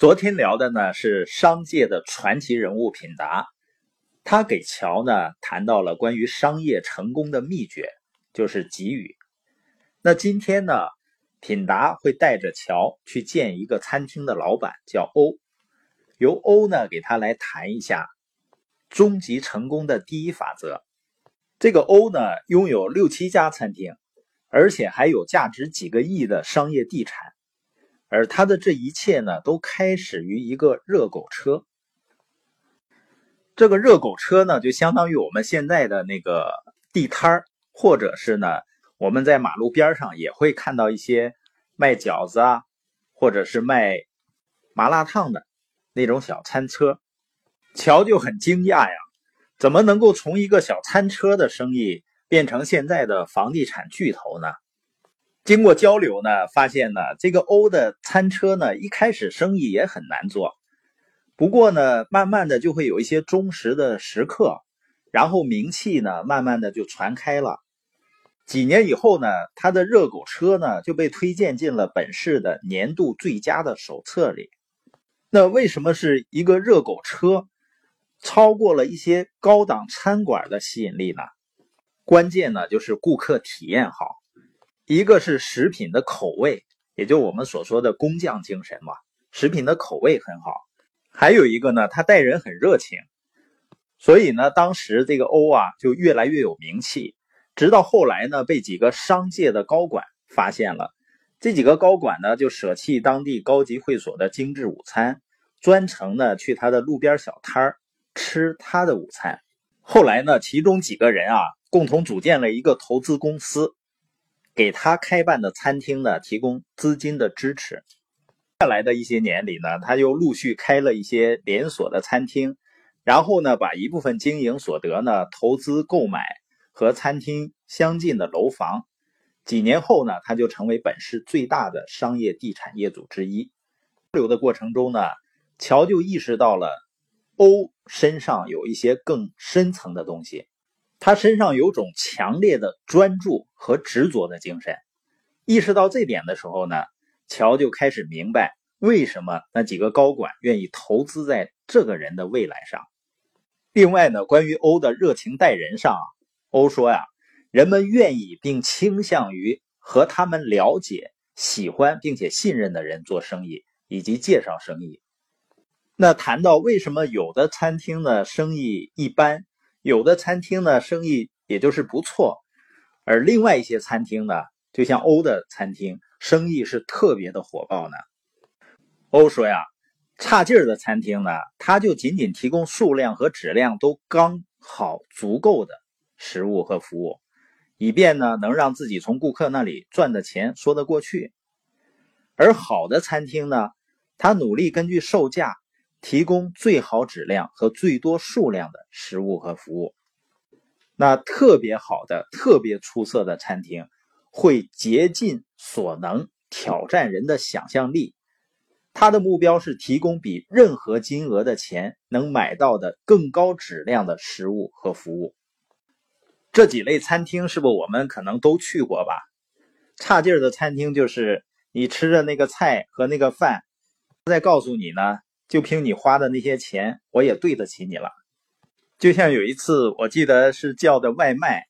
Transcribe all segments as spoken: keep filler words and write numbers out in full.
昨天聊的呢是商界的传奇人物品达，他给乔呢谈到了关于商业成功的秘诀，就是给予。那今天呢，品达会带着乔去见一个餐厅的老板，叫欧，由欧呢给他来谈一下终极成功的第一法则。这个欧呢拥有六七家餐厅，而且还有价值几个亿的商业地产。而他的这一切呢，都开始于一个热狗车。这个热狗车呢，就相当于我们现在的那个地摊儿，或者是呢，我们在马路边上也会看到一些卖饺子啊，或者是卖麻辣烫的那种小餐车。乔就很惊讶呀，怎么能够从一个小餐车的生意变成现在的房地产巨头呢？经过交流呢，发现呢，这个欧的餐车呢，一开始生意也很难做，不过呢，慢慢的就会有一些忠实的食客，然后名气呢，慢慢的就传开了。几年以后呢，他的热狗车呢，就被推荐进了本市的年度最佳的手册里。那为什么是一个热狗车超过了一些高档餐馆的吸引力呢？关键呢，就是顾客体验好。一个是食品的口味，也就我们所说的工匠精神嘛，食品的口味很好。还有一个呢，他待人很热情，所以呢，当时这个欧啊就越来越有名气，直到后来呢，被几个商界的高管发现了。这几个高管呢，就舍弃当地高级会所的精致午餐，专程呢去他的路边小摊儿吃他的午餐。后来呢，其中几个人啊，共同组建了一个投资公司，给他开办的餐厅呢提供资金的支持。下来的一些年里呢，他又陆续开了一些连锁的餐厅，然后呢把一部分经营所得呢投资购买和餐厅相近的楼房。几年后呢，他就成为本市最大的商业地产业主之一。交流的过程中呢，乔就意识到了欧身上有一些更深层的东西。他身上有种强烈的专注和执着的精神。意识到这点的时候呢，乔就开始明白为什么那几个高管愿意投资在这个人的未来上。另外呢，关于欧的热情待人上，欧说呀，人们愿意并倾向于和他们了解、喜欢并且信任的人做生意，以及介绍生意。那谈到为什么有的餐厅呢生意一般，有的餐厅呢生意也就是不错，而另外一些餐厅呢，就像欧的餐厅，生意是特别的火爆呢。欧说呀，差劲儿的餐厅呢，它就仅仅提供数量和质量都刚好足够的食物和服务，以便呢能让自己从顾客那里赚的钱说得过去。而好的餐厅呢，它努力根据售价提供最好质量和最多数量的食物和服务。那特别好的、特别出色的餐厅会竭尽所能挑战人的想象力，他的目标是提供比任何金额的钱能买到的更高质量的食物和服务。这几类餐厅是不是我们可能都去过吧？差劲儿的餐厅就是你吃的那个菜和那个饭，再告诉你呢，就凭你花的那些钱，我也对得起你了。就像有一次我记得是叫的外卖，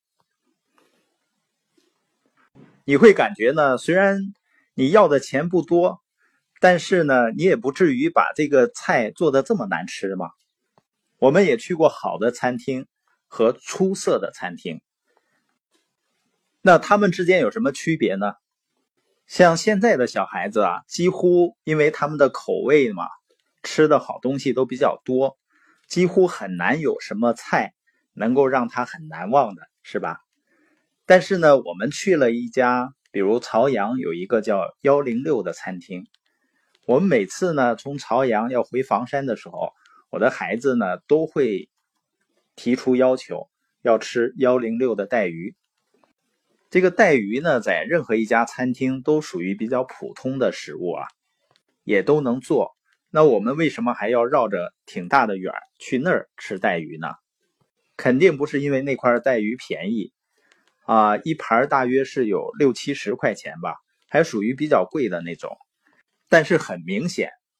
你会感觉呢，虽然你要的钱不多，但是呢，你也不至于把这个菜做得这么难吃嘛。我们也去过好的餐厅和出色的餐厅，那他们之间有什么区别呢？像现在的小孩子啊，几乎因为他们的口味嘛，吃的好东西都比较多，几乎很难有什么菜能够让他很难忘的，是吧？但是呢，我们去了一家，比如朝阳有一个叫一零六的餐厅，我们每次呢从朝阳要回房山的时候，我的孩子呢都会提出要求，要吃一零六的带鱼。这个带鱼呢，在任何一家餐厅都属于比较普通的食物啊，也都能做。那我们为什么还要绕着挺大的远去那儿吃带鱼呢？肯定不是因为那块带鱼便宜啊，一盘大约是有六七十块钱吧，还属于比较贵的那种。但是很明显，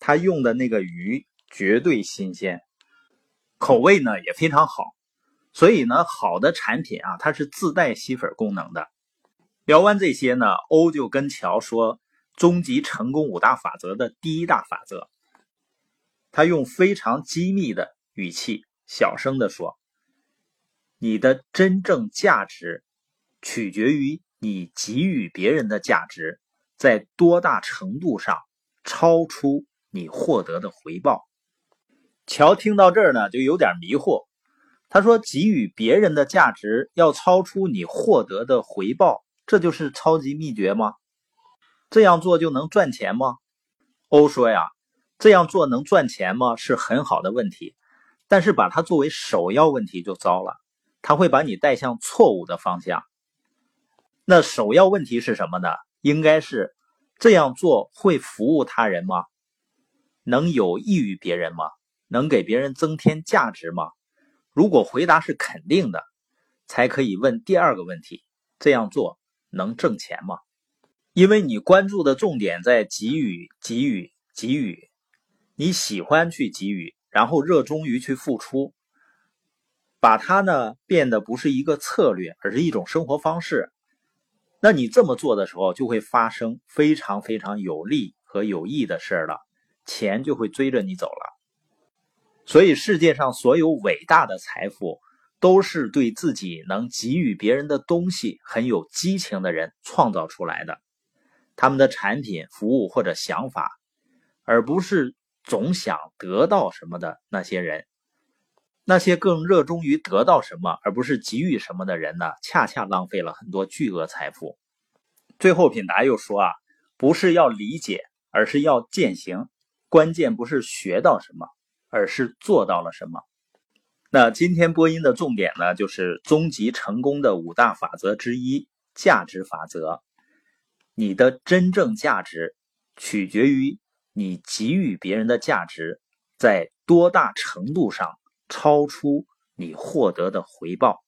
他用的那个鱼绝对新鲜，口味呢也非常好。所以呢，好的产品啊，它是自带吸粉功能的。聊完这些呢，欧就跟乔说终极成功五大法则的第一大法则。他用非常机密的语气小声地说，你的真正价值取决于你给予别人的价值在多大程度上超出你获得的回报。乔听到这儿呢，就有点迷惑。他说给予别人的价值要超出你获得的回报，这就是超级秘诀吗？这样做就能赚钱吗？欧说呀，这样做能赚钱吗？是很好的问题，但是把它作为首要问题就糟了，它会把你带向错误的方向。那首要问题是什么呢？应该是这样做会服务他人吗？能有益于别人吗？能给别人增添价值吗？如果回答是肯定的，才可以问第二个问题，这样做能挣钱吗？因为你关注的重点在给予给予给予，你喜欢去给予，然后热衷于去付出，把它呢变得不是一个策略，而是一种生活方式。那你这么做的时候，就会发生非常非常有利和有益的事了，钱就会追着你走了。所以世界上所有伟大的财富都是对自己能给予别人的东西很有激情的人创造出来的，他们的产品、服务或者想法，而不是总想得到什么的那些人。那些更热衷于得到什么而不是给予什么的人呢，恰恰浪费了很多巨额财富。最后品达又说啊，不是要理解，而是要践行，关键不是学到什么，而是做到了什么。那今天播音的重点呢，就是终极成功的五大法则之一，价值法则。你的真正价值取决于你给予别人的价值在多大程度上超出你获得的回报。